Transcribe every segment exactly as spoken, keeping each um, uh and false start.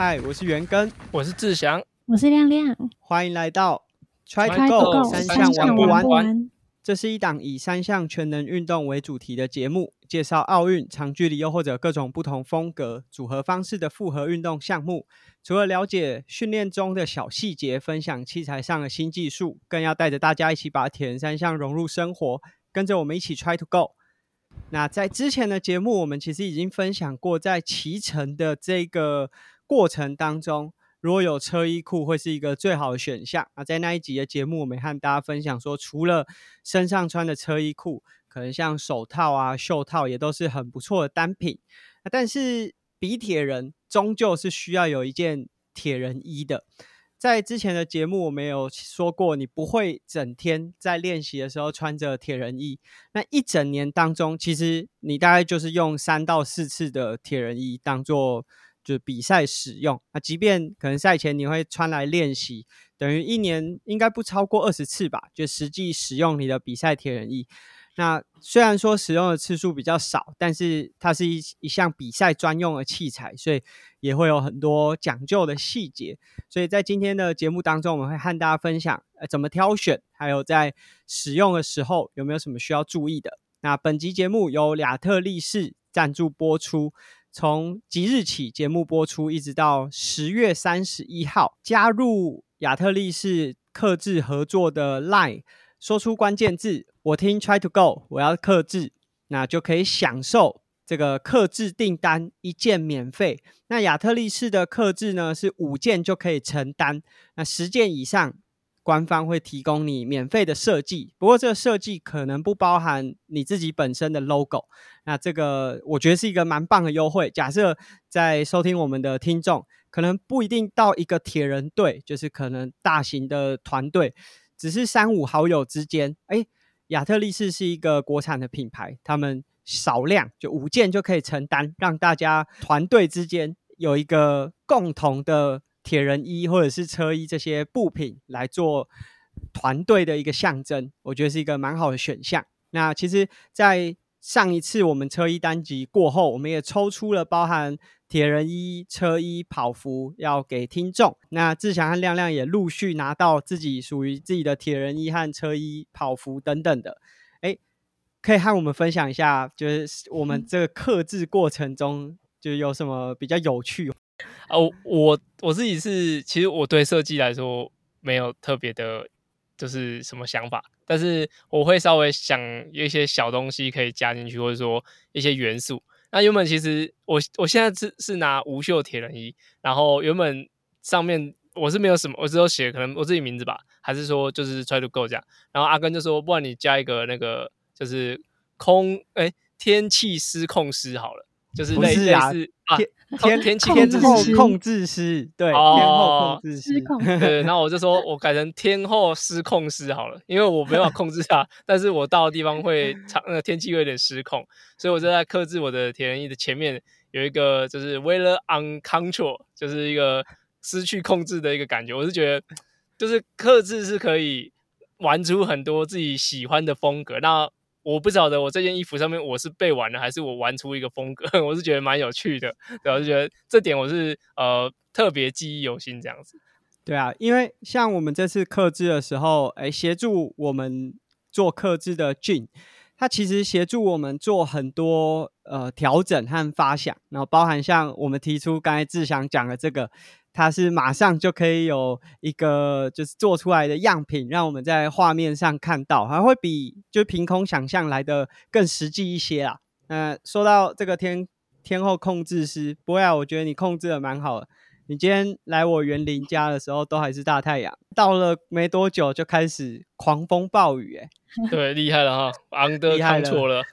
嗨，我是元根， 我是志祥， 我是亮亮， 欢迎来到 Try to Try to Go Go 三三项玩不玩？ 不玩？ 这是一档以三项全能运动为主题的节目，介绍奥运、长距离又或者各种不同风格、组合方式的复合运动项目。除了了解训练中的小细节，分享器材上的新技术，更要带着大家一起把铁人三项融入生活，跟着我们一起 Try to Go。那在之前的节目，我们其实已经分享过，在骑乘的这个过程当中，如果有车衣裤会是一个最好的选项。那在那一集的节目，我们和大家分享说，除了身上穿的车衣裤，可能像手套啊、袖套也都是很不错的单品。但是比铁人终究是需要有一件铁人衣的。在之前的节目我们有说过，你不会整天在练习的时候穿着铁人衣，那一整年当中其实你大概就是用三到四次的铁人衣当做就比赛使用。那即便可能赛前你会穿来练习，等于一年应该不超过二十次吧，就实际使用你的比赛铁人衣。那虽然说使用的次数比较少，但是它是 一, 一项比赛专用的器材，所以也会有很多讲究的细节。所以在今天的节目当中，我们会和大家分享、呃、怎么挑选，还有在使用的时候有没有什么需要注意的。那本集节目由亚特力士赞助播出，从即日起节目播出一直到十月三十一号，加入亚特力士客制合作的 LINE， 说出关键字我听 Try to Go， 我要客制，那就可以享受这个客制订单一件免费。那亚特力士的客制呢是五件就可以成单，那十件以上官方会提供你免费的设计，不过这个设计可能不包含你自己本身的 logo。 那这个我觉得是一个蛮棒的优惠。假设在收听我们的听众可能不一定到一个铁人队，就是可能大型的团队，只是三五好友之间，诶亚特力士是一个国产的品牌，他们少量就五件就可以承担，让大家团队之间有一个共同的铁人衣或者是车衣这些布品来做团队的一个象征，我觉得是一个蛮好的选项。那其实在上一次我们车衣单集过后，我们也抽出了包含铁人衣、车衣、跑服要给听众。那志祥和亮亮也陆续拿到自己属于自己的铁人衣和车衣、跑服等等的。诶可以和我们分享一下，就是我们这个客制过程中就有什么比较有趣啊？我我自己是，其实我对设计来说没有特别的，就是什么想法，但是我会稍微想有一些小东西可以加进去，或者说一些元素。那原本其实我我现在 是, 是拿无袖铁人衣，然后原本上面我是没有什么，我只有写可能我自己名字吧，还是说就是 Try to Go 这样。然后阿根就说，不然你加一个那个就是空哎天气失控师好了，就是类不是啊类似啊天天气天后师控制师，对、 哦、 天后控制师， 失控对，然后我就说我改成天后失控师好了，因为我没办法控制它，但是我到的地方会那个天气会有点失控，所以我就在克制我的铁人衣的前面有一个就是 weather on control， 就是一个失去控制的一个感觉。我是觉得就是克制是可以玩出很多自己喜欢的风格。那我不晓得我这件衣服上面我是被玩了还是我玩出一个风格，我是觉得蛮有趣的。对，我就觉得这点我是呃特别记忆犹新这样子。 对啊，因为像我们这次客制的时候，哎，协助我们做客制的 Jin， 他其实协助我们做很多呃调整和发想，然后包含像我们提出刚才志祥讲的这个，它是马上就可以有一个就是做出来的样品，让我们在画面上看到，还会比就凭空想象来的更实际一些啦。那、呃、说到这个天天后控制师，不会啊，我觉得你控制的蛮好的。你今天来我园林家的时候都还是大太阳，到了没多久就开始狂风暴雨、欸、 对，厉害了哈 ，under control 了。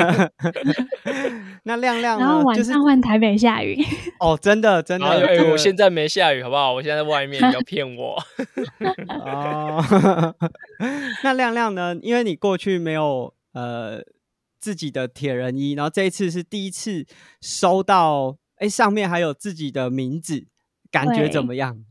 那亮亮呢？ 然后晚上换台北下雨。 就是、哦，真的真的。 哎、欸，我现在没下雨，好不好？我现在在外面，不要骗我。 哦，那亮亮呢？因为你过去没有呃自己的铁人衣，然后这一次是第一次收到，哎，上面还有自己的名字。感觉怎么样？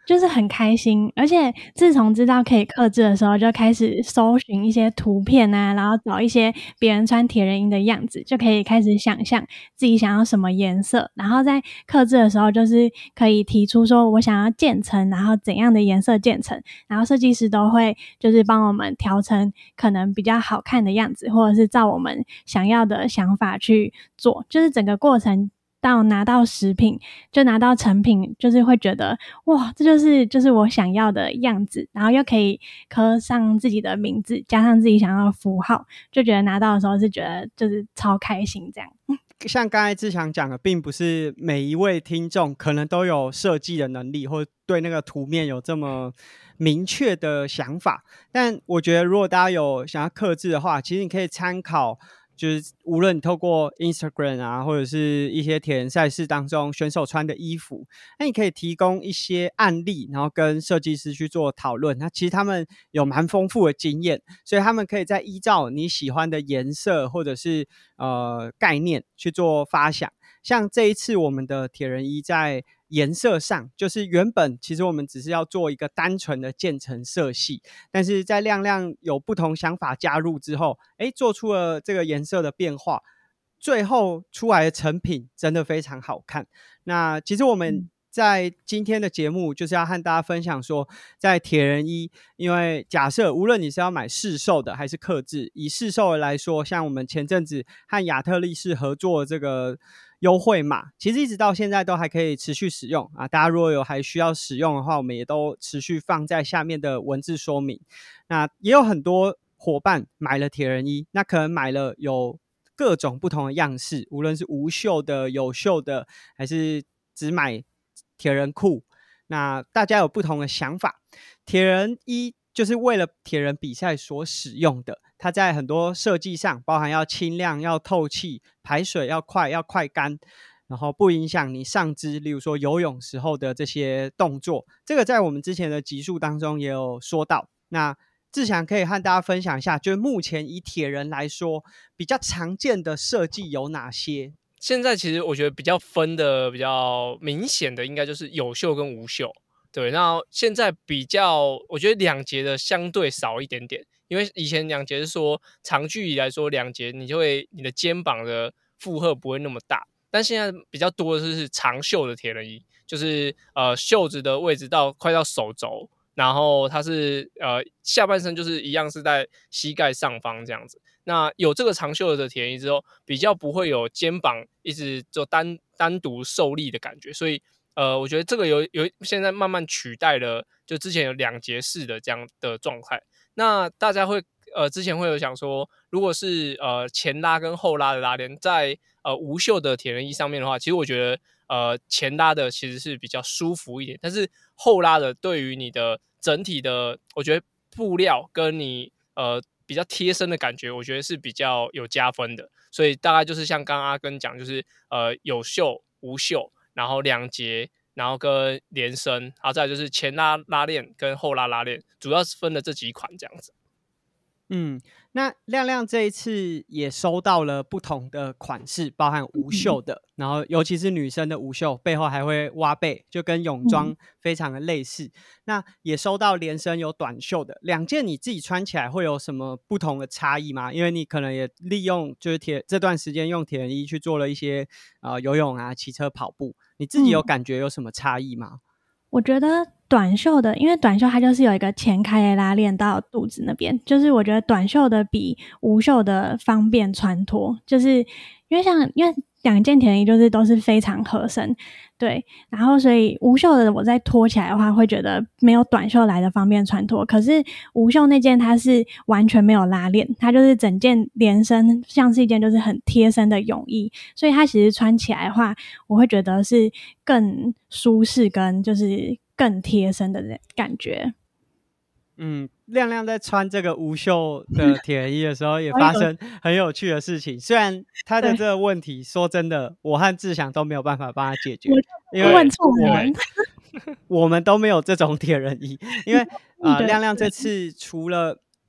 就是很开心，而且自从知道可以客制的时候，就开始搜寻一些图片啊，然后找一些别人穿铁人衣的样子，就可以开始想象自己想要什么颜色，然后在客制的时候就是可以提出说我想要渐层，然后怎样的颜色渐层，然后设计师都会就是帮我们调成可能比较好看的样子，或者是照我们想要的想法去做，就是整个过程到拿到食品就拿到成品，就是会觉得哇，这就是就是我想要的样子，然后又可以刻上自己的名字，加上自己想要的符号，就觉得拿到的时候是觉得就是超开心这样。 像刚才志强讲的，并不是每一位听众可能都有设计的能力，或对那个图面有这么明确的想法，但我觉得如果大家有想要客制的话，其实你可以参考，就是无论你透过 Instagram 啊，或者是一些铁人赛事当中选手穿的衣服，那你可以提供一些案例，然后跟设计师去做讨论。那其实他们有蛮丰富的经验，所以他们可以再依照你喜欢的颜色或者是呃概念去做发想。像这一次我们的铁人衣在颜色上，就是原本其实我们只是要做一个单纯的渐层色系，但是在亮亮有不同想法加入之后，诶，做出了这个颜色的变化，最后出来的成品真的非常好看。那其实我们在今天的节目就是要和大家分享说，在铁人衣，因为假设无论你是要买市售的还是客制，以市售的来说，像我们前阵子和亚特力士合作的这个优惠码，其实一直到现在都还可以持续使用啊。大家如果有还需要使用的话，我们也都持续放在下面的文字说明。那也有很多伙伴买了铁人衣，那可能买了有各种不同的样式，无论是无袖的、有袖的，还是只买铁人裤，那大家有不同的想法。铁人衣就是为了铁人比赛所使用的，它在很多设计上包含要轻量、要透气、排水要快、要快干，然后不影响你上肢，例如说游泳时候的这些动作，这个在我们之前的集数当中也有说到。那志强可以和大家分享一下，就是目前以铁人来说比较常见的设计有哪些？ 现在其实我觉得比较分的比较明显的应该就是有袖跟无袖，对，那现在比较我觉得两节的相对少一点点，因为以前两节是说长距离来说两节你就会你的肩膀的负荷不会那么大，但现在比较多的是长袖的铁人衣，就是呃袖子的位置到快到手肘，然后它是呃下半身就是一样是在膝盖上方这样子。那有这个长袖的铁人衣之后，比较不会有肩膀一直就单单独受力的感觉，所以呃，我觉得这个有有现在慢慢取代了，就之前有两节式的这样的状态。那大家会呃之前会有想说，如果是呃前拉跟后拉的拉链，在呃无袖的铁人衣上面的话，其实我觉得呃前拉的其实是比较舒服一点，但是后拉的对于你的整体的，我觉得布料跟你呃比较贴身的感觉，我觉得是比较有加分的。所以大概就是像刚刚阿根讲，就是呃有袖无袖，然后两节，然后跟连身，然后再来就是前拉拉链跟后拉拉链，主要是分了这几款这样子。 嗯，那亮亮这一次也收到了不同的款式，包含无袖的，嗯、然后尤其是女生的无袖，背后还会挖背，就跟泳装非常的类似。嗯、那也收到连身有短袖的，两件你自己穿起来会有什么不同的差异吗？因为你可能也利用就是铁这段时间用铁人衣去做了一些呃游泳啊、骑车、跑步，你自己有感觉有什么差异吗？ 嗯我觉得短袖的，因为短袖它就是有一个前开的拉链到肚子那边，就是我觉得短袖的比无袖的方便穿脱，就是因为像因为两件铁人衣就是都是非常合身，对，然后所以无袖的我再脱起来的话会觉得没有短袖来的方便穿脱，可是无袖那件它是完全没有拉链，它就是整件连身，像是一件就是很贴身的泳衣，所以它其实穿起来的话我会觉得是更舒适跟就是更贴身的感觉。 嗯，亮亮在穿这个无袖的铁人衣的时候也发生很有趣的事情，虽然他的这个问题说真的我和志祥都没有办法帮他解决，因为问错人我们都没有这种铁人衣，因为、呃、亮亮这次除了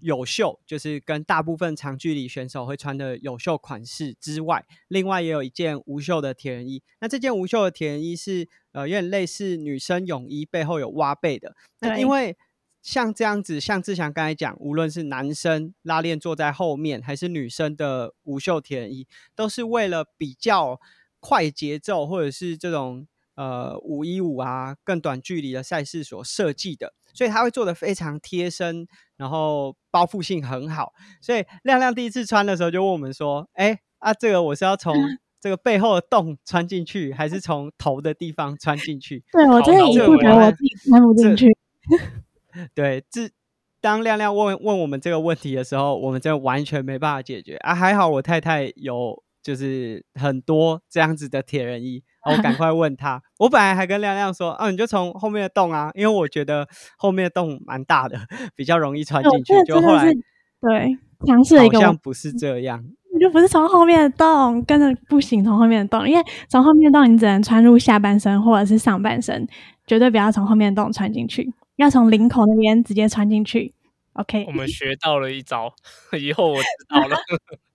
有袖，就是跟大部分长距离选手会穿的有袖款式之外，另外也有一件无袖的铁人衣。那这件无袖的铁人衣是呃有点类似女生泳衣，背后有挖背的。那因为像这样子，像志祥刚才讲，无论是男生拉链坐在后面，还是女生的无袖铁人衣，都是为了比较快节奏或者是这种呃五一五啊更短距离的赛事所设计的，所以它会做得非常贴身，然后包覆性很好。所以亮亮第一次穿的时候就问我们说：“哎啊，这个我是要从这个背后的洞穿进去，还是从头的地方穿进去？” 对，我真的一度觉得我自己穿不进去。 对，这当亮亮问问我们这个问题的时候，我们真的完全没办法解决啊！还好我太太有就是很多这样子的铁人衣，我赶快问他。我本来还跟亮亮说，啊，你就从后面的洞啊，因为我觉得后面的洞蛮大的，比较容易穿进去。就后来对尝试了一个， 好像不是这样。 你就不是从后面的洞，跟着不行从后面的洞，因为从后面的洞你只能穿入下半身或者是上半身，绝对不要从后面的洞穿进去，要从领口那边直接穿进去。OK， 我们学到了一招，以后我知道了。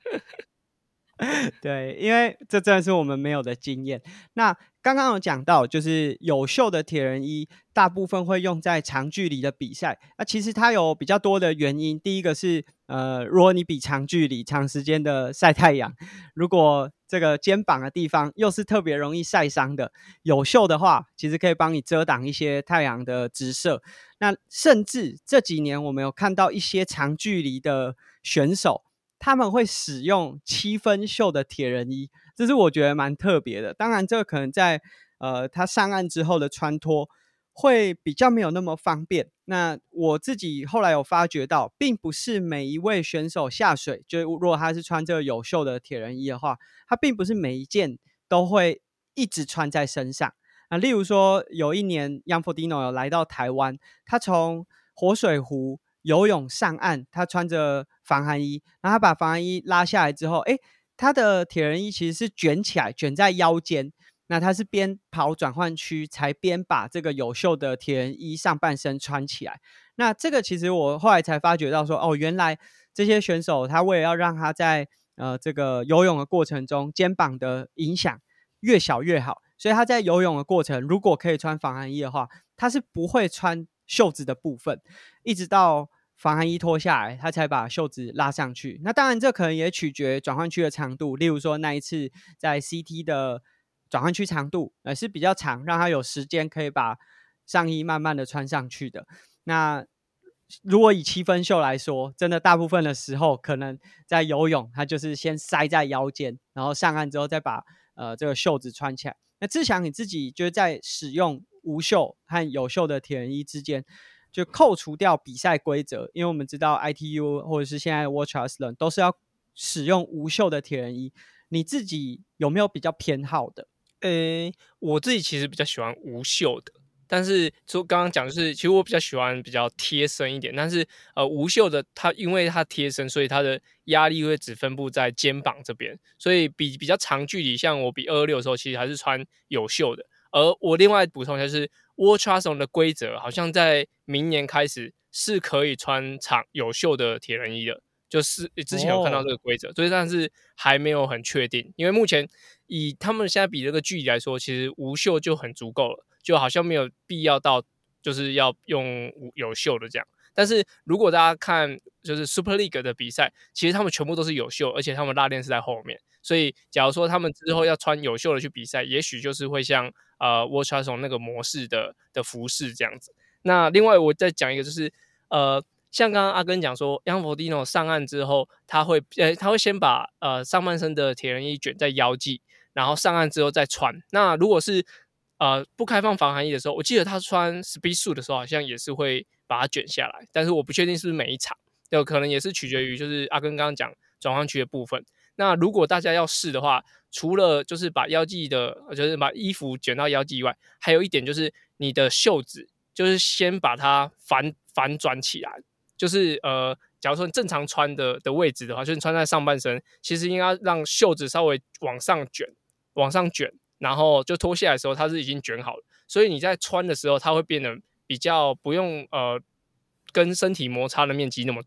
对，因为这真的是我们没有的经验。那刚刚有讲到，就是有袖的铁人衣大部分会用在长距离的比赛。那其实它有比较多的原因。第一个是，呃，如果你比长距离、长时间的晒太阳，如果这个肩膀的地方又是特别容易晒伤的，有袖的话，其实可以帮你遮挡一些太阳的直射。那甚至这几年我们有看到一些长距离的选手，他们会使用七分袖的铁人衣，这是我觉得蛮特别的。当然这个可能在呃他上岸之后的穿脱会比较没有那么方便。那我自己后来有发觉到，并不是每一位选手下水，就如果他是穿这个有袖的铁人衣的话，他并不是每一件都会一直穿在身上。那例如说有一年 Jan Frodeno 有来到台湾，他从活水湖游泳上岸，他穿着防寒衣，然后他把防寒衣拉下来之后，诶，他的铁人衣其实是卷起来，卷在腰间。那他是边跑转换区才边把这个有袖的铁人衣上半身穿起来。那这个其实我后来才发觉到说，哦，原来这些选手他为了要让他在呃这个游泳的过程中肩膀的影响越小越好，所以他在游泳的过程如果可以穿防寒衣的话，他是不会穿袖子的部分，一直到防寒衣脱下来他才把袖子拉上去。那当然这可能也取决转换区的长度，例如说那一次在 C T 的转换区长度呃是比较长，让他有时间可以把上衣慢慢的穿上去的。那如果以七分袖来说，真的大部分的时候可能在游泳他就是先塞在腰间，然后上岸之后再把呃这个袖子穿起来。那志祥你自己就是在使用无袖和有袖的铁人衣之间，就扣除掉比赛规则，因为我们知道 I T U 或者是现在的 World Triathlon 都是要使用无袖的铁人衣，你自己有没有比较偏好的？ 呃，我自己其实比较喜欢无袖的，但是就刚刚讲就是，其实我比较喜欢比较贴身一点，但是呃无袖的它因为它贴身，所以它的压力会只分布在肩膀这边，所以比比较长距离，像我比二二六的时候，其实还是穿有袖的。而我另外补充一下，就是 World Triathlon 的规则好像在明年开始是可以穿长有袖的铁人衣的。就是之前有看到这个规则，所以但是还没有很确定，因为目前以他们现在比这个距离来说，其实无袖就很足够了，就好像没有必要到就是要用有袖的这样。但是如果大家看就是 Super League 的比赛，其实他们全部都是有袖，而且他们拉链是在后面，所以假如说他们之后要穿有袖的去比赛，也许就是会像呃 World Triathlon 那个模式的的服饰这样子。那另外我再讲一个，就是呃。像刚刚阿根讲说 Jan Frodeno 上岸之后他会呃他会先把呃上半身的铁人衣卷在腰际，然后上岸之后再穿。那如果是呃不开放防寒衣的时候，我记得他穿 Speed Suit 的时候好像也是会把它卷下来，但是我不确定是不是每一场，有可能也是取决于就是阿根刚刚讲转换区的部分。那如果大家要试的话，除了就是把腰际的就是把衣服卷到腰际以外，还有一点就是你的袖子就是先把它反反转起来。就是呃，假如说你正常穿的的位置的话，就是你穿在上半身，其实应该让袖子稍微往上卷，往上卷，然后就脱下来的时候，它是已经卷好了，所以你在穿的时候，它会变得比较不用呃跟身体摩擦的面积那么多，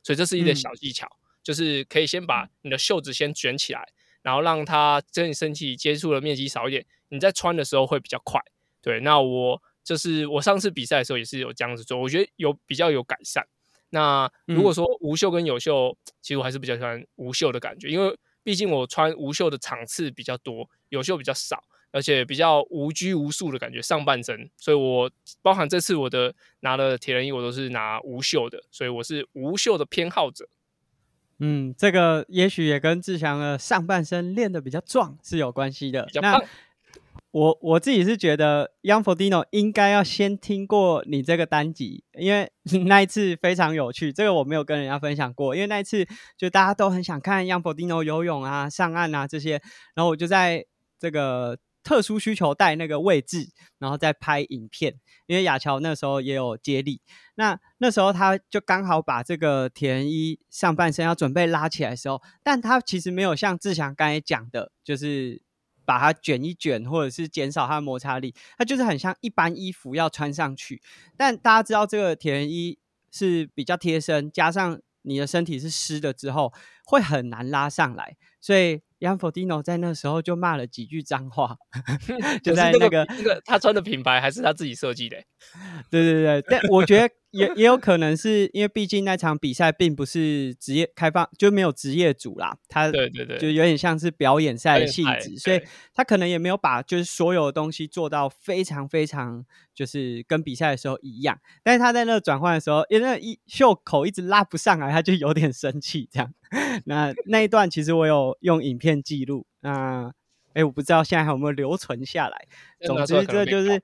所以这是一点小技巧，嗯、就是可以先把你的袖子先卷起来，然后让它跟你身体接触的面积少一点，你在穿的时候会比较快。对，那我就是我上次比赛的时候也是有这样子做，我觉得有比较有改善。那如果说无袖跟有袖，嗯、其实我还是比较喜欢无袖的感觉，因为毕竟我穿无袖的场次比较多，有袖比较少，而且比较无拘无束的感觉，上半身。所以我包含这次我的拿的铁人衣，我都是拿无袖的，所以我是无袖的偏好者。 嗯，这个也许也跟志祥的上半身练得比较壮是有关系的。 比较胖。 我我自己是觉得 Jan Frodeno 应该要先听过你这个单集，因为那一次非常有趣，这个我没有跟人家分享过，因为那一次就大家都很想看 Jan Frodeno 游泳啊、上岸啊这些，然后我就在这个特殊需求带那个位置，然后再拍影片，因为亚乔那时候也有接力，那那时候他就刚好把这个铁人衣上半身要准备拉起来的时候，但他其实没有像志祥刚才讲的，就是把它卷一卷，或者是减少它的摩擦力，它就是很像一般衣服要穿上去。但大家知道这个铁人衣是比较贴身，加上你的身体是湿的之后，会很难拉上来。所以 Jan Frodeno 在那时候就骂了几句脏话，就在那个那个他穿的品牌还是他自己设计的。 对对对，但我觉得也也有可能是因为毕竟那场比赛并不是职业开放，就没有职业组啦，他对对对， 就有点像是表演赛的性质，所以他可能也没有把就是所有的东西做到非常非常就是跟比赛的时候一样，但是他在那个转换的时候，因为那一袖口一直拉不上来，他就有点生气这样。那那一段其实我有用影片记录，那哎，我不知道现在还有没有留存下来。总之这就是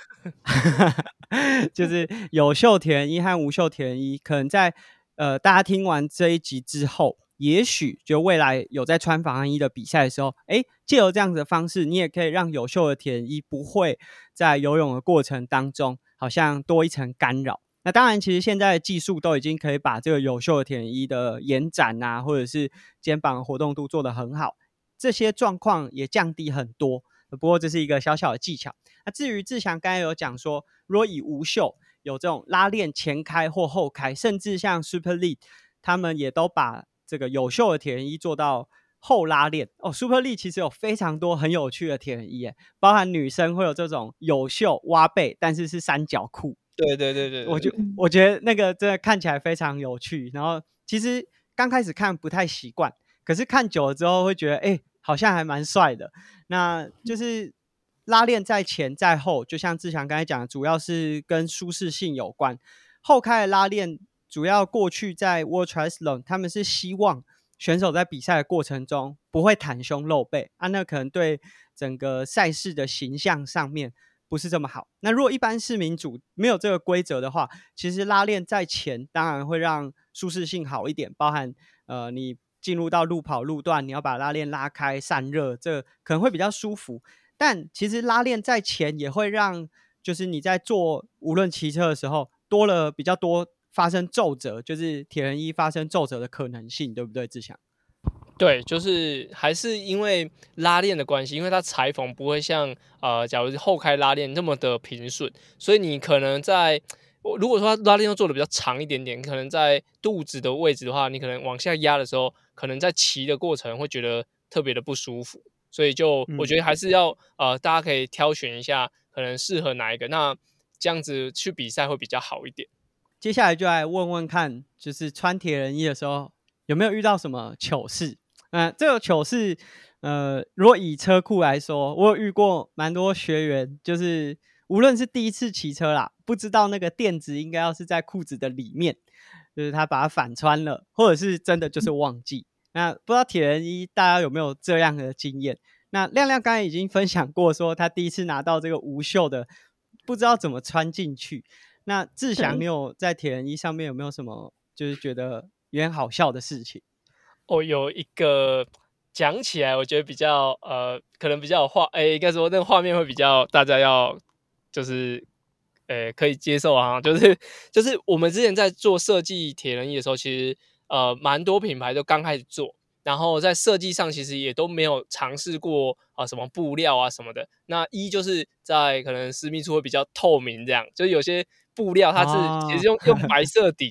就是有袖铁人衣和无袖铁人衣，可能在呃大家听完这一集之后，也许就未来有在穿防寒衣的比赛的时候，哎，借由这样子的方式，你也可以让有袖的铁人衣不会在游泳的过程当中好像多一层干扰。那当然其实现在的技术都已经可以把这个有袖的铁人衣的延展啊，或者是肩膀活动度做得很好，这些状况也降低很多，不过这是一个小小的技巧。那至于志祥刚才有讲说，如果以无袖有这种拉链前开或后开，甚至像 Super League 他们也都把这个有袖的铁人衣做到后拉链哦。Super League 其实有非常多很有趣的铁人衣耶，包含女生会有这种有袖挖背，但是是三角裤。 对对对 对, 对， 我就我觉得那个真的看起来非常有趣，然后其实刚开始看不太习惯，可是看久了之后会觉得，哎、欸，好像还蛮帅的。那就是拉链在前在后，就像志祥刚才讲的，主要是跟舒适性有关。后开的拉链主要过去在 World Triathlon 他们是希望选手在比赛的过程中不会袒胸露背啊，那可能对整个赛事的形象上面不是这么好。那如果一般市民组没有这个规则的话，其实拉链在前当然会让舒适性好一点，包含呃你进入到路跑路段，你要把拉链拉开散热，这可能会比较舒服。但其实拉链在前也会让就是你在做无论骑车的时候多了比较多发生皱褶，就是铁人衣发生皱褶的可能性，对不对志祥？ 对，就是还是因为拉链的关系，因为它裁缝不会像呃，假如是后开拉链那么的平顺，所以你可能在如果说它拉链要做的比较长一点点，可能在肚子的位置的话，你可能往下压的时候，可能在骑的过程会觉得特别的不舒服，所以就我觉得还是要、嗯、呃，大家可以挑选一下，可能适合哪一个，那这样子去比赛会比较好一点。 接下来就来问问看，就是穿铁人衣的时候有没有遇到什么糗事？呃，这个糗事，呃，如果以车库来说，我有遇过蛮多学员，就是无论是第一次骑车啦，不知道那个垫子应该要是在裤子的里面，就是他把它反穿了，或者是真的就是忘记。那不知道铁人衣大家有没有这样的经验？那亮亮刚才已经分享过，说他第一次拿到这个无袖的，不知道怎么穿进去。那志祥，你有在铁人衣上面有没有什么就是觉得有点好笑的事情？ 哦，有一个讲起来，我觉得比较呃，可能比较有画，哎，应该说那个画面会比较大家要就是呃可以接受啊，就是就是我们之前在做设计铁人衣的时候，其实呃蛮多品牌都刚开始做，然后在设计上其实也都没有尝试过啊、呃、什么布料啊什么的。那一就是在可能私密处会比较透明，这样就是有些布料它是其实用、哦、用白色底。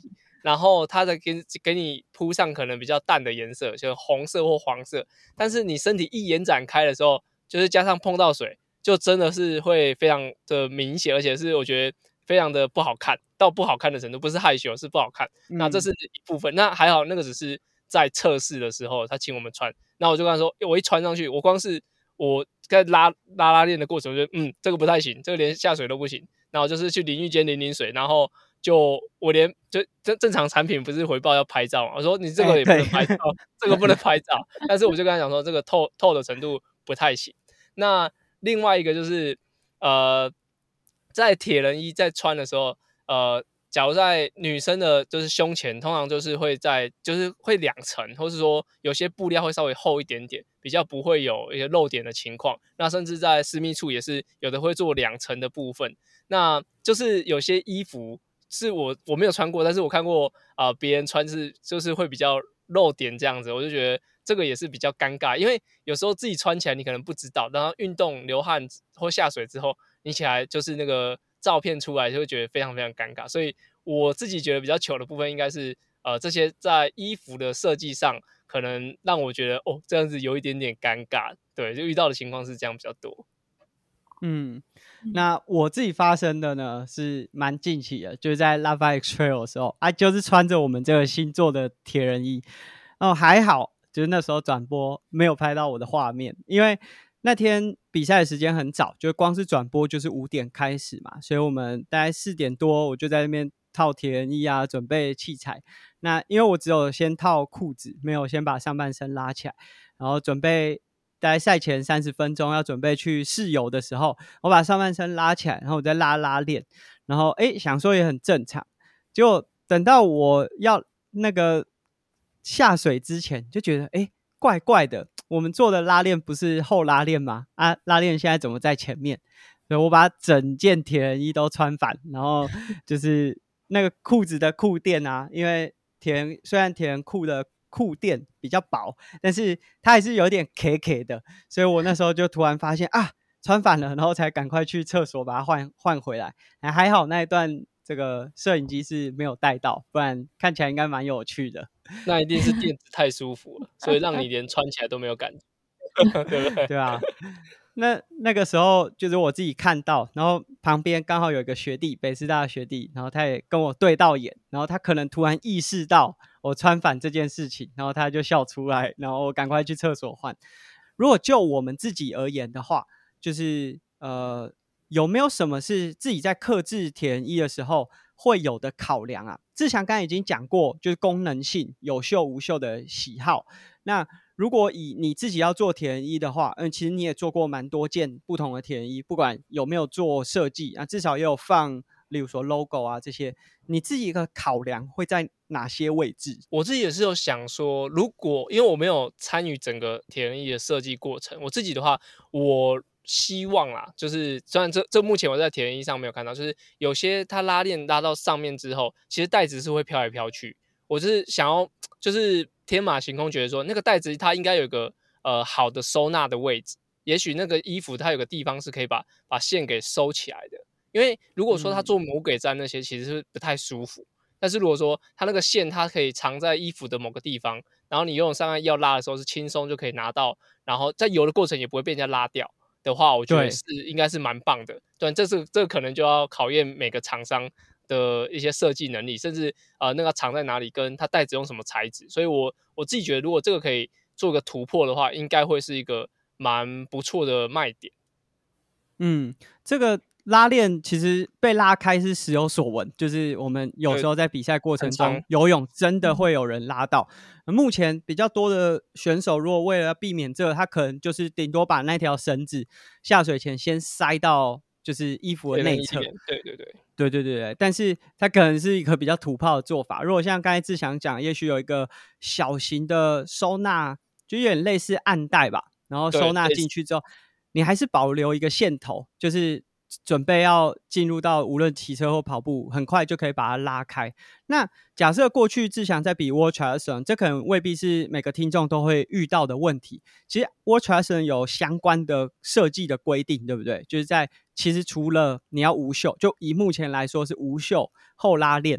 然后它的给给你铺上可能比较淡的颜色，就是红色或黄色，但是你身体一延展开的时候，就是加上碰到水，就真的是会非常的明显，而且是我觉得非常的不好看，到不好看的程度，不是害羞，是不好看。嗯、那这是一部分，那还好，那个只是在测试的时候他请我们穿，那我就跟他说，我一穿上去，我光是我在拉拉拉链的过程，我就嗯，这个不太行，这个连下水都不行。然后就是去淋浴间淋淋水，然后就我连就正正常产品不是回报要拍照嘛，我说你这个也不能拍照，欸、这个不能拍照。但是我就跟他讲说，这个透透的程度不太行。那另外一个就是呃，在铁人衣在穿的时候，呃，假如在女生的就是胸前，通常就是会在就是会两层，或是说有些布料会稍微厚一点点，比较不会有一些漏点的情况。那甚至在私密处也是有的会做两层的部分。那就是有些衣服是我我没有穿过，但是我看过啊，别、呃、人穿是就是会比较露点这样子，我就觉得这个也是比较尴尬，因为有时候自己穿起来你可能不知道，然后运动流汗或下水之后，你起来就是那个照片出来就会觉得非常非常尴尬，所以我自己觉得比较糗的部分应该是呃这些在衣服的设计上可能让我觉得哦这样子有一点点尴尬，对，就遇到的情况是这样比较多。 嗯，那我自己发生的呢是蛮近期的，就是在 Lava X Trail 的时候啊，就是穿着我们这个新做的铁人衣，哦还好，就是那时候转播没有拍到我的画面，因为那天比赛的时间很早，就光是转播就是五点开始嘛，所以我们大概四点多我就在那边套铁人衣啊，准备器材。那因为我只有先套裤子，没有先把上半身拉起来，然后准备大概赛前三十分钟要准备去试游的时候，我把上半身拉起来，然后我再拉拉链，然后诶想说也很正常，结果等到我要那个下水之前就觉得诶怪怪的，我们做的拉链不是后拉链吗？啊，拉链现在怎么在前面？所以我把整件铁人衣都穿反，然后就是那个裤子的裤垫啊，因为铁人虽然铁人裤的裤垫比较薄，但是它还是有点 K K 的，所以我那时候就突然发现啊，穿反了，然后才赶快去厕所把它换换回来。还好那一段这个摄影机是没有带到，不然看起来应该蛮有趣的。 那一定是垫子太舒服了，所以让你连穿起来都没有感觉，对不对？ 对啊。那那个时候就是我自己看到，然后旁边刚好有一个学弟，北师大的学弟，然后他也跟我对到眼，然后他可能突然意识到我穿反这件事情，然后他就笑出来，然后我赶快去厕所换。如果就我们自己而言的话，就是呃，有没有什么是自己在客制铁人衣的时候会有的考量啊？志祥刚才已经讲过，就是功能性有袖无袖的喜好。那如果以你自己要做铁人衣的话，嗯，其实你也做过蛮多件不同的铁人衣，不管有没有做设计啊，至少也有放，例如说 logo 啊这些，你自己的考量会在哪些位置？ 我自己也是有想说，如果因为我没有参与整个铁人衣的设计过程，我自己的话，我希望啦，就是虽然这这目前我在铁人衣上没有看到，就是有些它拉链拉到上面之后，其实带子是会飘来飘去。我就是想要，就是天马行空，觉得说那个带子它应该有一个呃好的收纳的位置，也许那个衣服它有个地方是可以把把线给收起来的。因为如果说它做魔鬼毡那些，其实是不太舒服。但是如果说它那个线它可以藏在衣服的某个地方，然后你游泳上岸要拉的时候是轻松就可以拿到，然后在游的过程也不会被人家拉掉的话，我觉得是应该是蛮棒的。对，这是这个可能就要考验每个厂商的一些设计能力，甚至呃那个藏在哪里，跟它带子用什么材质。所以我我自己觉得，如果这个可以做个突破的话，应该会是一个蛮不错的卖点。 嗯，这个拉链其实被拉开是时有所闻，就是我们有时候在比赛过程中游泳真的会有人拉到。目前比较多的选手如果为了要避免这个，他可能就是顶多把那条绳子下水前先塞到就是衣服的内侧， 对对对对对对对，但是它可能是一个比较土炮的做法。如果像刚才志祥讲，也许有一个小型的收纳，就有点类似暗袋吧，然后收纳进去之后，你还是保留一个线头，就是准备要进入到无论骑车或跑步，很快就可以把它拉开。那假设过去志祥在比 World Triathlon， 这可能未必是每个听众都会遇到的问题。其实 World Triathlon 有相关的设计的规定，对不对？就是在其实除了你要无袖，就以目前来说是无袖后拉链，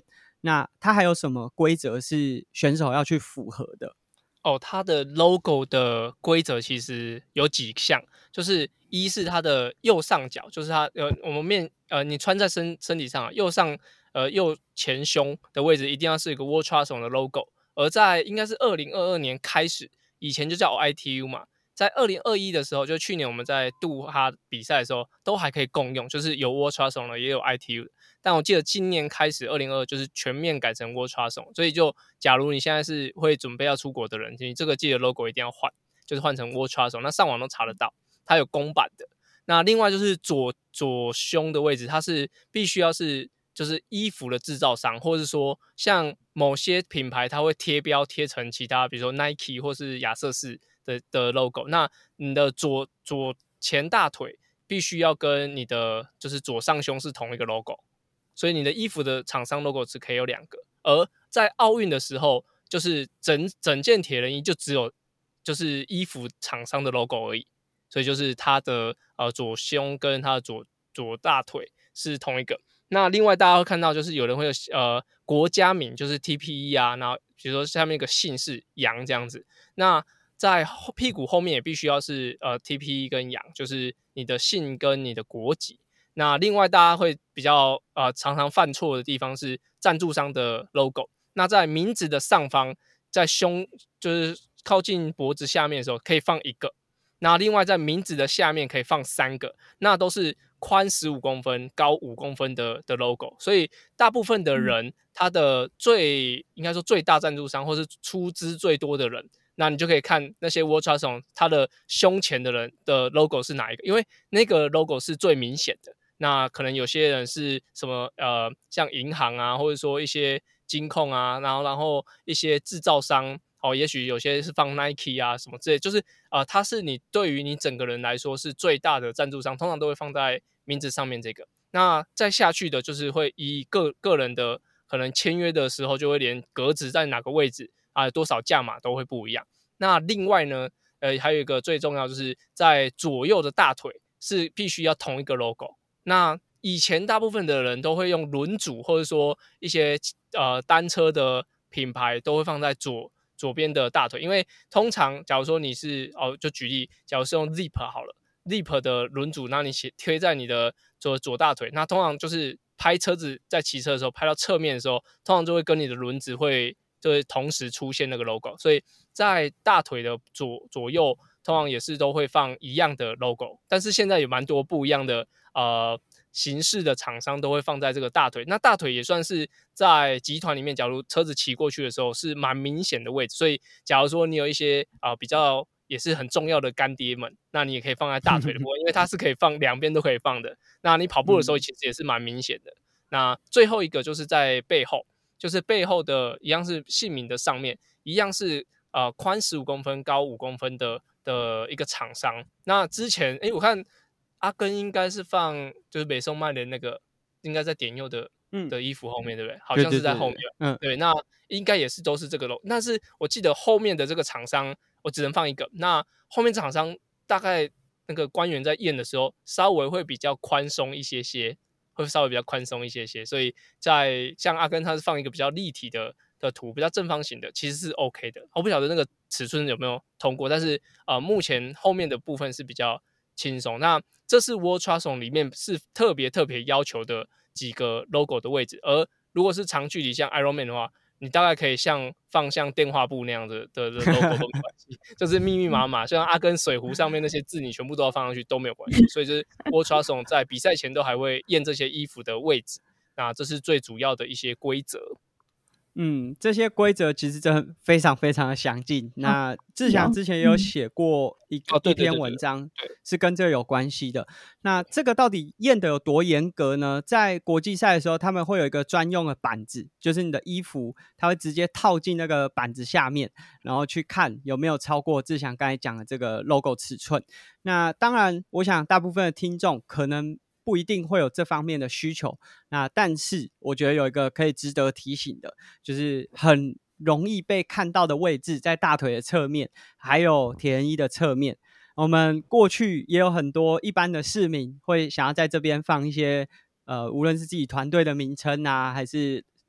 那它还有什么规则是选手要去符合的？ 哦，它的 logo 的规则其实有几项，就是一是它的右上角，就是它呃我们面呃你穿在身身体上、啊、右上呃右前胸的位置一定要是一个 World Triathlon 的 logo， 而在应该是二零二二年开始，以前就叫 I T U 嘛，在二零二一的时候，就去年我们在杜哈比赛的时候都还可以共用，就是有 World Triathlon 的也有 I T U 的。但我记得今年开始二零二二就是全面改成 World Triathlon， 所以就假如你现在是会准备要出国的人，你这个记得 logo 一定要换，就是换成 World Triathlon， 那上网都查得到，它有公版的。那另外就是左左胸的位置，它是必须要是就是衣服的制造商，或是说像某些品牌它会贴标贴成其他，比如说 Nike 或是亚瑟士的的 logo， 那你的左左前大腿必须要跟你的就是左上胸是同一个 logo。所以你的衣服的厂商 logo 只可以有两个，而在奥运的时候，就是整整件铁人衣就只有就是衣服厂商的 logo 而已，所以就是它的呃左胸跟它的左左大腿是同一个。那另外大家会看到，就是有人会有呃国家名，就是 T P E 啊，然后比如说下面一个姓氏杨这样子。那在屁股后面也必须要是呃 T P E 跟杨，就是你的姓跟你的国籍。那另外大家会比较呃常常犯错的地方是赞助商的 logo。那在名字的上方，在胸就是靠近脖子下面的时候可以放一个，那另外在名字的下面可以放三个，那都是宽十五公分、高五公分的的 logo。所以大部分的人，他的最应该说最大赞助商或是出资最多的人，那你就可以看那些 World Triathlon 他的胸前的人的 logo 是哪一个，因为那个 logo 是最明显的。那可能有些人是什么呃，像银行啊，或者说一些金控啊，然后然后一些制造商哦，也许有些是放 Nike 啊什么之类，就是呃，它是你对于你整个人来说是最大的赞助商，通常都会放在名字上面这个。那再下去的就是会以个个人的可能签约的时候，就会连格子在哪个位置啊，多少价码都会不一样。那另外呢，呃，还有一个最重要就是在左右的大腿是必须要同一个 logo。那以前大部分的人都会用轮组，或者说一些呃单车的品牌都会放在左左边的大腿，因为通常假如说你是哦，就举例，假如是用 Zip 好了 ，Zip 的轮组，那你贴在你的左左大腿，那通常就是拍车子在骑车的时候，拍到侧面的时候，通常就会跟你的轮子会就会同时出现那个 logo， 所以在大腿的左左右，通常也是都会放一样的 logo， 但是现在有蛮多不一样的。呃，形式的厂商都会放在这个大腿，那大腿也算是在集团里面，假如车子骑过去的时候是蛮明显的位置，所以假如说你有一些啊、呃、比较也是很重要的干爹们，那你也可以放在大腿的部分，因为它是可以放两边都可以放的。那你跑步的时候其实也是蛮明显的。那最后一个就是在背后，就是背后的一样是姓名的上面，一样是呃宽十五公分、高五公分的的一个厂商。那之前哎，我看。阿根应该是放就是北宋卖的那个，应该在点右的、嗯、的衣服后面，对不对？好像是在后面。 对对对对嗯， 对，那应该也是都是这个咯。但是我记得后面的这个厂商，我只能放一个。那后面厂商大概那个官员在验的时候，稍微会比较宽松一些些，会稍微比较宽松一些些。所以在像阿根他是放一个比较立体的的图，比较正方形的，其实是 OK 的。我不晓得那个尺寸有没有通过，但是呃，目前后面的部分是比较。轻松，那这是 World Triathlon 里面是特别特别要求的几个 logo 的位置，而如果是长距离像 Ironman 的话，你大概可以像放像电话簿那样的的的 logo 都没关系，就是密密麻麻，像阿根水壶上面那些字，你全部都要放上去都没有关系。所以就是 World Triathlon 在比赛前都还会验这些衣服的位置，那这是最主要的一些规则。 嗯，这些规则其实真的非常非常的详尽。那志祥之前也有写过一、 哦、 一篇文章，是跟这个有关系的。那这个到底验的有多严格呢？在国际赛的时候，他们会有一个专用的板子，就是你的衣服，它会直接套进那个板子下面，然后去看有没有超过志祥刚才讲的这个 logo 尺寸。那当然，我想大部分的听众可能不一定会有这方面的需求，那但是我觉得有一个可以值得提醒的，就是很容易被看到的位置在大腿的侧面，还有铁人衣的侧面。我们过去也有很多一般的市民会想要在这边放一些呃，无论是自己团队的名称啊，还是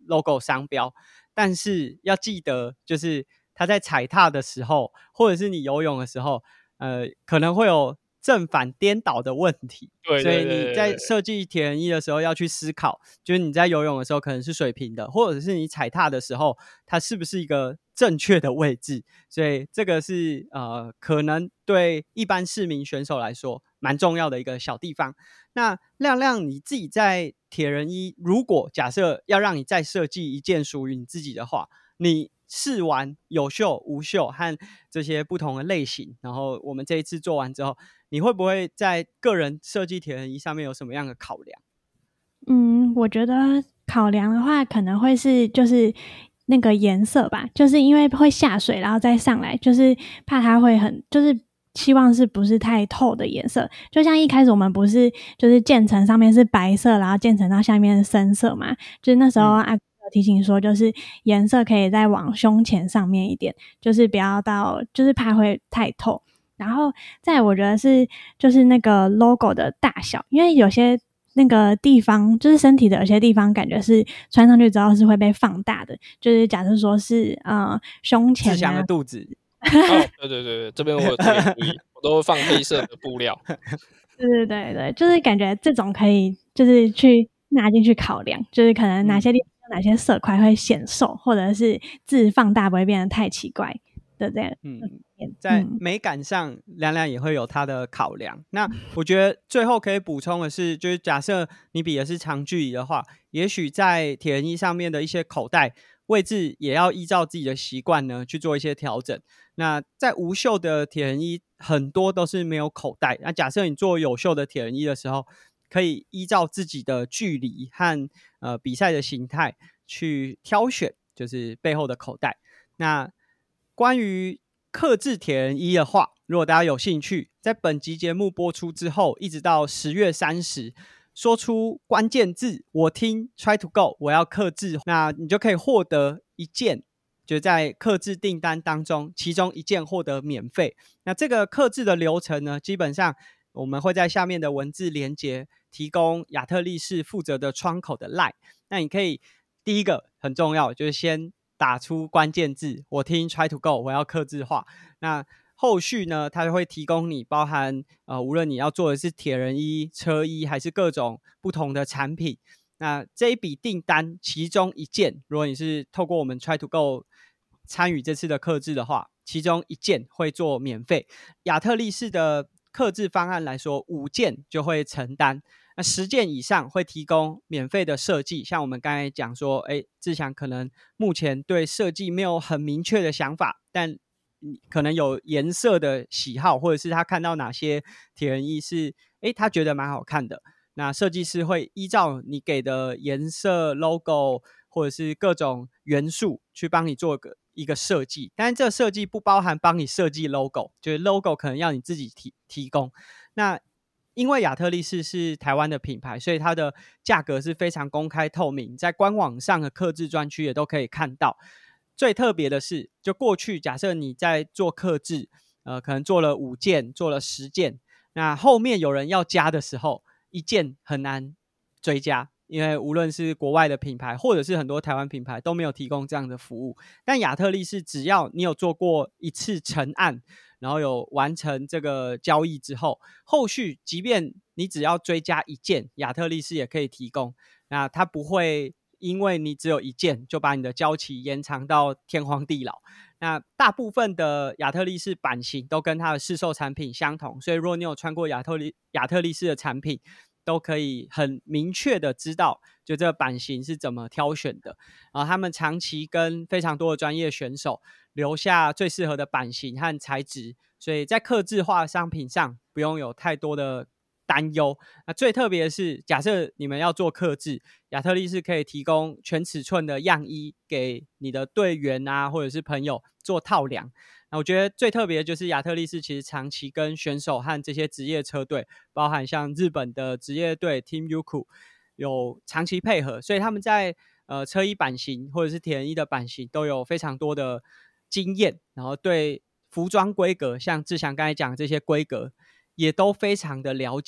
logo 商标，但是要记得就是它在踩踏的时候或者是你游泳的时候呃，可能会有正反颠倒的问题， 对所以对对对你在对设计铁人衣的时候要去思考，就是你在游泳的时候可能是水平的，或者是你踩踏的时候它是不是一个正确的位置，所以这个是呃，可能对一般市民选手来说蛮重要的一个小地方。那亮亮你自己在铁人衣，如果假设要让你再设计一件属于你自己的话，你试完有袖无袖和这些不同的类型，然后我们这一次做完之后，你会不会在个人设计铁人衣上面有什么样的考量？ 嗯，我觉得考量的话可能会是就是那个颜色吧，就是因为会下水然后再上来，就是怕它会很就是希望是不是太透的颜色，就像一开始我们不是就是渐层上面是白色，然后渐层到下面是深色嘛，就是那时候阿哥提醒说就是颜色可以再往胸前上面一点，就是不要到就是怕会太透。然后再来我觉得是就是那个 logo 的大小，因为有些那个地方就是身体的有些地方感觉是穿上去之后是会被放大的，就是假设说是呃胸前啊， 志祥的肚子哦，对对对对，这边我有特别注意，我都会放黑色的布料。 对对对对，就是感觉这种可以就是去拿进去考量，就是可能哪些地方有哪些色块会显瘦，或者是字放大不会变得太奇怪的这样。 嗯，在美感上亮亮也会有它的考量。那我觉得最后可以补充的是，就是假设你比的是长距离的话，也许在铁人衣上面的一些口袋位置也要依照自己的习惯呢去做一些调整。那在无袖的铁人衣很多都是没有口袋，那假设你做有袖的铁人衣的时候，可以依照自己的距离和呃比赛的形态去挑选，就是背后的口袋。那关于客制铁人衣的话，如果大家有兴趣，在本集节目播出之后，一直到十月三十，说出关键字我听 try to go 我要客制，那你就可以获得一件，就在客制订单当中其中一件获得免费。那这个客制的流程呢，基本上我们会在下面的文字连结提供亚特力士负责的窗口的 line， 那你可以第一个很重要就是先打出关键字我听 try to go 我要客制化，那后续呢它会提供你包含呃无论你要做的是铁人衣车衣还是各种不同的产品，那这一笔订单其中一件如果你是透过我们 try to go 参与这次的客制的话，其中一件会做免费，亚特力士的客制方案来说五件就会承担，那十件以上会提供免费的设计，像我们刚才讲说诶志祥可能目前对设计没有很明确的想法，但可能有颜色的喜好，或者是他看到哪些铁人衣是诶他觉得蛮好看的，那设计师会依照你给的颜色 logo 或者是各种元素去帮你做个一个设计，但是这个设计不包含帮你设计 logo， 就是 logo 可能要你自己 提, 提供。那因为亚特力士是台湾的品牌，所以它的价格是非常公开透明，在官网上的客制专区也都可以看到。最特别的是，就过去假设你在做客制呃，可能做了五件做了十件，那后面有人要加的时候一件很难追加，因为无论是国外的品牌或者是很多台湾品牌都没有提供这样的服务，但亚特力士只要你有做过一次成案，然后有完成这个交易之后，后续即便你只要追加一件，亚特力士也可以提供，那它不会因为你只有一件就把你的交期延长到天荒地老。那大部分的亚特力士版型都跟它的市售产品相同，所以如果你有穿过亚特力亚特力士的产品，都可以很明确的知道就这个版型是怎么挑选的，然后他们长期跟非常多的专业选手留下最适合的版型和材质，所以在客制化商品上不用有太多的担忧。那最特别的是，假设你们要做客制，亚特力士可以提供全尺寸的样衣给你的队员啊，或者是朋友做套量。那我觉得最特别的就是亚特力士其实长期跟选手和这些职业车队，包含像日本的职业队 Team Yuku 有长期配合，所以他们在呃车衣版型或者是铁人衣的版型都有非常多的经验，然后对服装规格像志祥刚才讲的这些规格也都非常的了解，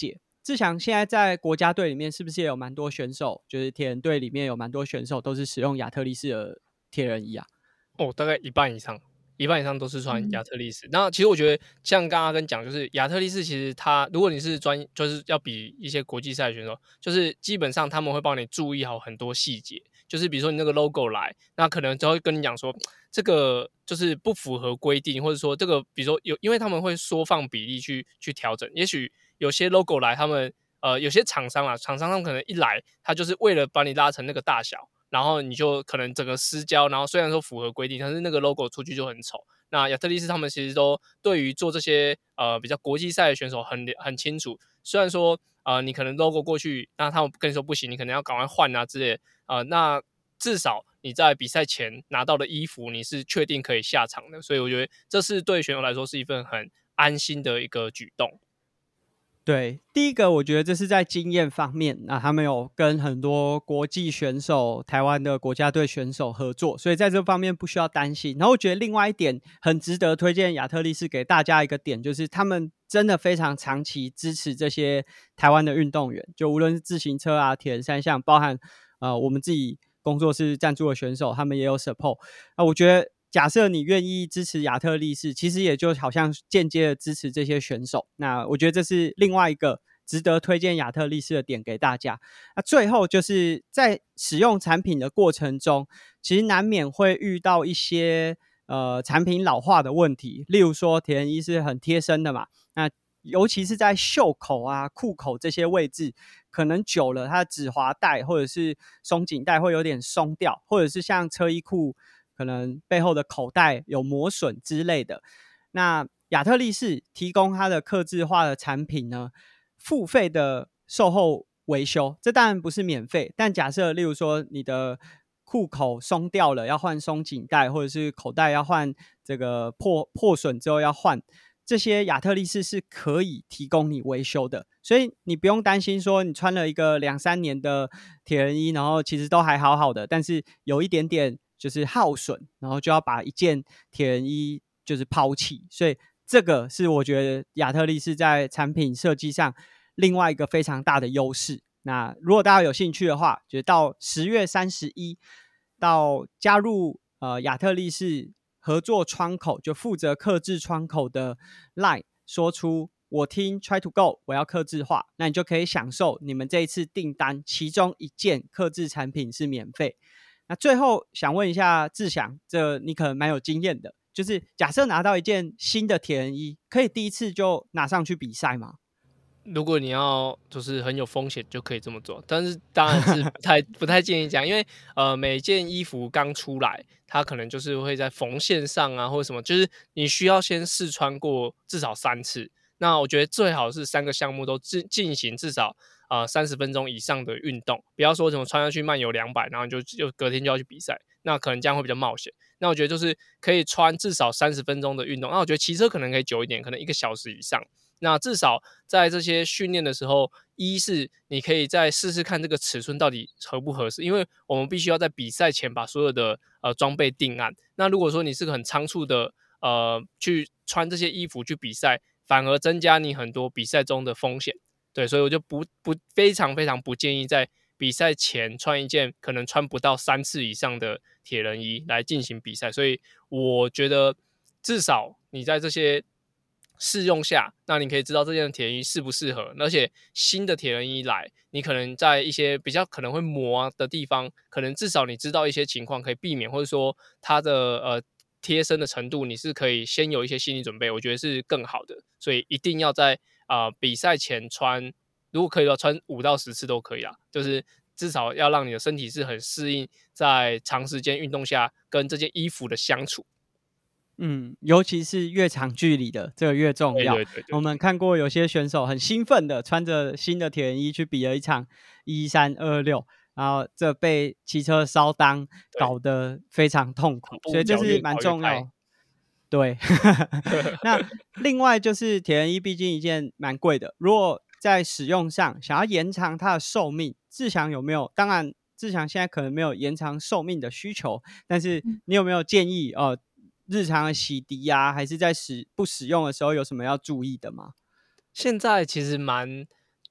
志祥现在在国家队里面是不是也有蛮多选手，就是铁人队里面有蛮多选手都是使用亚特力士的铁人衣啊？ 哦，大概一半以上，一半以上都是穿嗯亚特力士。那其实我觉得，像刚刚跟讲，就是亚特力士，其实它如果你是专，就是要比一些国际赛的选手，就是基本上他们会帮你注意好很多细节。就是比如说你那个 logo 来，那可能就会跟你讲说，这个就是不符合规定，或者说这个，比如说有，因为他们会缩放比例去去调整。也许有些 logo 来，他们呃有些厂商啦，厂商他们可能一来，他就是为了把你拉成那个大小。然后你就可能整个失焦，然后虽然说符合规定，但是那个 logo 出去就很丑。那亚特力士他们其实都对于做这些呃比较国际赛的选手很很清楚，虽然说呃你可能 logo 过去，那他们跟你说不行，你可能要赶快换啊之类的，呃那至少你在比赛前拿到的衣服你是确定可以下场的，所以我觉得这是对选手来说是一份很安心的一个举动。 对，第一个我觉得这是在经验方面，那他们有跟很多国际选手、台湾的国家队选手合作，所以在这方面不需要担心。然后我觉得另外一点很值得推荐亚特力士给大家一个点，就是他们真的非常长期支持这些台湾的运动员，就无论是自行车啊、铁人三项，包含呃我们自己工作室赞助的选手，他们也有 support。那我觉得假设你愿意支持亚特力士，其实也就好像间接的支持这些选手。那我觉得这是另外一个值得推荐亚特力士的点给大家。那最后就是在使用产品的过程中，其实难免会遇到一些呃产品老化的问题，例如说铁人衣是很贴身的嘛，那尤其是在袖口啊、裤口这些位置，可能久了它的止滑带或者是松紧带会有点松掉，或者是像车衣裤可能背后的口袋有磨损之类的。那亚特力士提供它的客制化的产品呢，付费的售后维修，这当然不是免费，但假设例如说你的裤口松掉了要换松紧带，或者是口袋要换这个破破损之后要换，这些亚特力士是可以提供你维修的，所以你不用担心说你穿了一个两三年的铁人衣，然后其实都还好好的，但是有一点点就是耗损，然后就要把一件铁人衣就是抛弃。所以这个是我觉得亚特力士在产品设计上另外一个非常大的优势。那如果大家有兴趣的话，就到十月三十一到加入呃亚特力士合作窗口，就负责客制窗口的 Line 说出我听 Try to Go 我要客制化，那你就可以享受你们这一次订单其中一件客制产品是免费。那最后想问一下志祥，这你可能蛮有经验的，就是假设拿到一件新的铁人衣，可以第一次就拿上去比赛吗？ 如果你要就是很有风险，就可以这么做，但是当然是不太不太建议这样，因为呃每件衣服刚出来，它可能就是会在缝线上啊或者什么，就是你需要先试穿过至少三次。那我觉得最好是三个项目都进进行至少呃三十分钟以上的运动，不要说什么穿上去慢游两百，然后就就隔天就要去比赛，那可能这样会比较冒险。那我觉得就是可以穿至少三十分钟的运动，那我觉得骑车可能可以久一点，可能一个小时以上。那至少在这些训练的时候，一是你可以再试试看这个尺寸到底合不合适，因为我们必须要在比赛前把所有的呃装备定案。那如果说你是个很仓促的呃去穿这些衣服去比赛，反而增加你很多比赛中的风险。对，所以我就不不非常非常不建议在比赛前穿一件可能穿不到三次以上的铁人衣来进行比赛。所以我觉得至少你在这些试用下，那你可以知道这件铁人衣适不适合，而且新的铁人衣来，你可能在一些比较可能会磨的地方，可能至少你知道一些情况可以避免，或者说它的呃贴身的程度，你是可以先有一些心理准备，我觉得是更好的。所以一定要在呃比赛前穿，如果可以的话，穿五到十次都可以啦，就是至少要让你的身体是很适应在长时间运动下跟这件衣服的相处。 嗯，尤其是越长距离的，这个越重要。 对对对对， 我们看过有些选手很兴奋的穿着新的铁人衣去比了一场一三二六，然后这被骑车烧裆搞得非常痛苦，所以这是蛮重要。对，那另外就是铁人衣毕竟一件蛮贵的，如果在使用上想要延长它的寿命，志祥有没有？当然志祥现在可能没有延长寿命的需求，但是你有没有建议呃日常的洗涤啊，还是在使不使用的时候有什么要注意的吗？ 现在其实蛮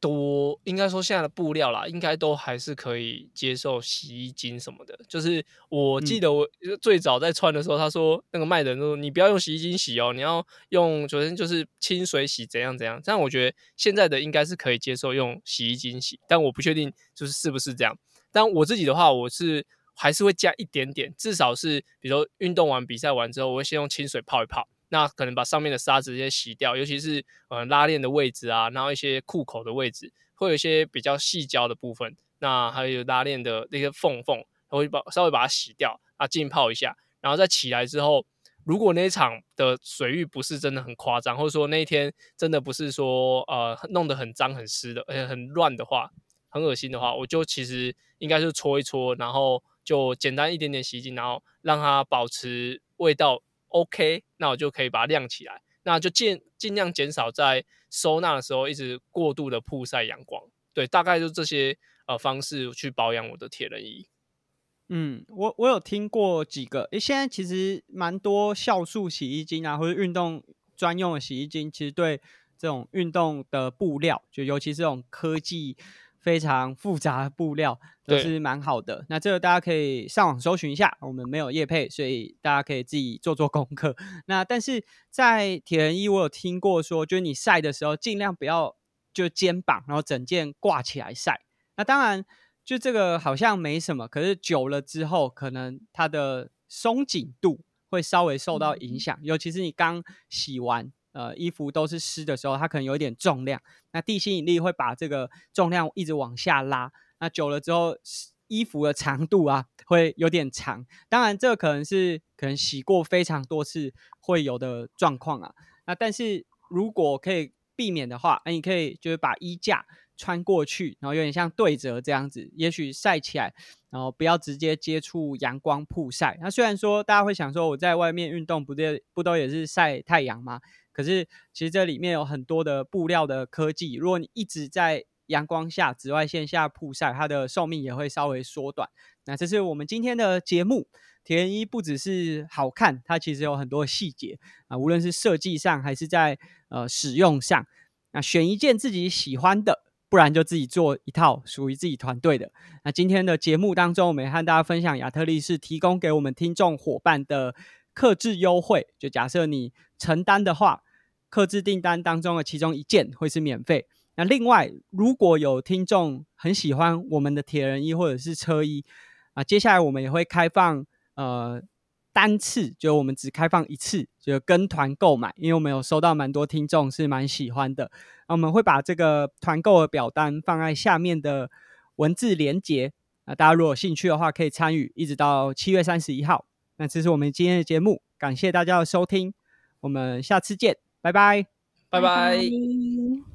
多应该说现在的布料啦，应该都还是可以接受洗衣精什么的。就是我记得我最早在穿的时候，他说那个卖的人说你不要用洗衣精洗哦，你要用首先就是清水洗怎样怎样。这样我觉得现在的应该是可以接受用洗衣精洗，但我不确定就是是不是这样。但我自己的话，我是还是会加一点点，至少是比如说运动完比赛完之后，我会先用清水泡一泡。那可能把上面的沙直接洗掉，尤其是呃拉链的位置啊，然后一些裤口的位置，会有一些比较细胶的部分，那还有拉链的那些缝缝，我会把稍微把它洗掉啊，浸泡一下，然后再起来之后，如果那一场的水域不是真的很夸张，或者说那一天真的不是说呃弄得很脏很湿的，而且很乱的话，很恶心的话，我就其实应该是搓一搓，然后就简单一点点洗衣精，然后让它保持味道OK， 那我就可以把它晾起来，那就尽尽量减少在收纳的时候一直过度的曝晒阳光。对，大概就这些呃方式去保养我的铁人衣。 嗯，我我有听过几个，诶，现在其实蛮多酵素洗衣精啊，或者运动专用的洗衣精，其实对这种运动的布料，就尤其是这种科技非常复杂的布料，都是蛮好的。那这个大家可以上网搜寻一下，我们没有业配，所以大家可以自己做做功课。那但是在铁人衣，我有听过说，就是你晒的时候，尽量不要就肩膀，然后整件挂起来晒。那当然。就这个好像没什么，可是久了之后，可能它的松紧度会稍微受到影响，尤其是你刚洗完，呃，衣服都是湿的时候，它可能有一点重量，那地心引力会把这个重量一直往下拉，那久了之后，衣服的长度啊会有点长。当然，这个可能是可能洗过非常多次会有的状况啊。那但是如果可以避免的话，那你可以就是把衣架穿过去，然后有点像对折这样子，也许晒起来，然后不要直接接触阳光曝晒。那虽然说大家会想说我在外面运动不对不都也是晒太阳吗？可是其实这里面有很多的布料的科技，如果你一直在阳光下紫外线下曝晒，它的寿命也会稍微缩短。那这是我们今天的节目。铁人衣不只是好看，它其实有很多细节啊，无论是设计上还是在呃使用上。那选一件自己喜欢的，不然就自己做一套属于自己团队的。那今天的节目当中，我们也和大家分享亚特力士提供给我们听众伙伴的客制优惠，就假设你承担的话，客制订单当中的其中一件会是免费。那另外，如果有听众很喜欢我们的铁人衣或者是车衣啊，接下来我们也会开放呃单次，就我们只开放一次，就跟团购买，因为我们有收到蛮多听众是蛮喜欢的。那我们会把这个团购的表单放在下面的文字连结，那大家如果有兴趣的话可以参与，一直到七月三十一号。那这是我们今天的节目，感谢大家的收听，我们下次见，拜拜， 拜拜。 拜拜。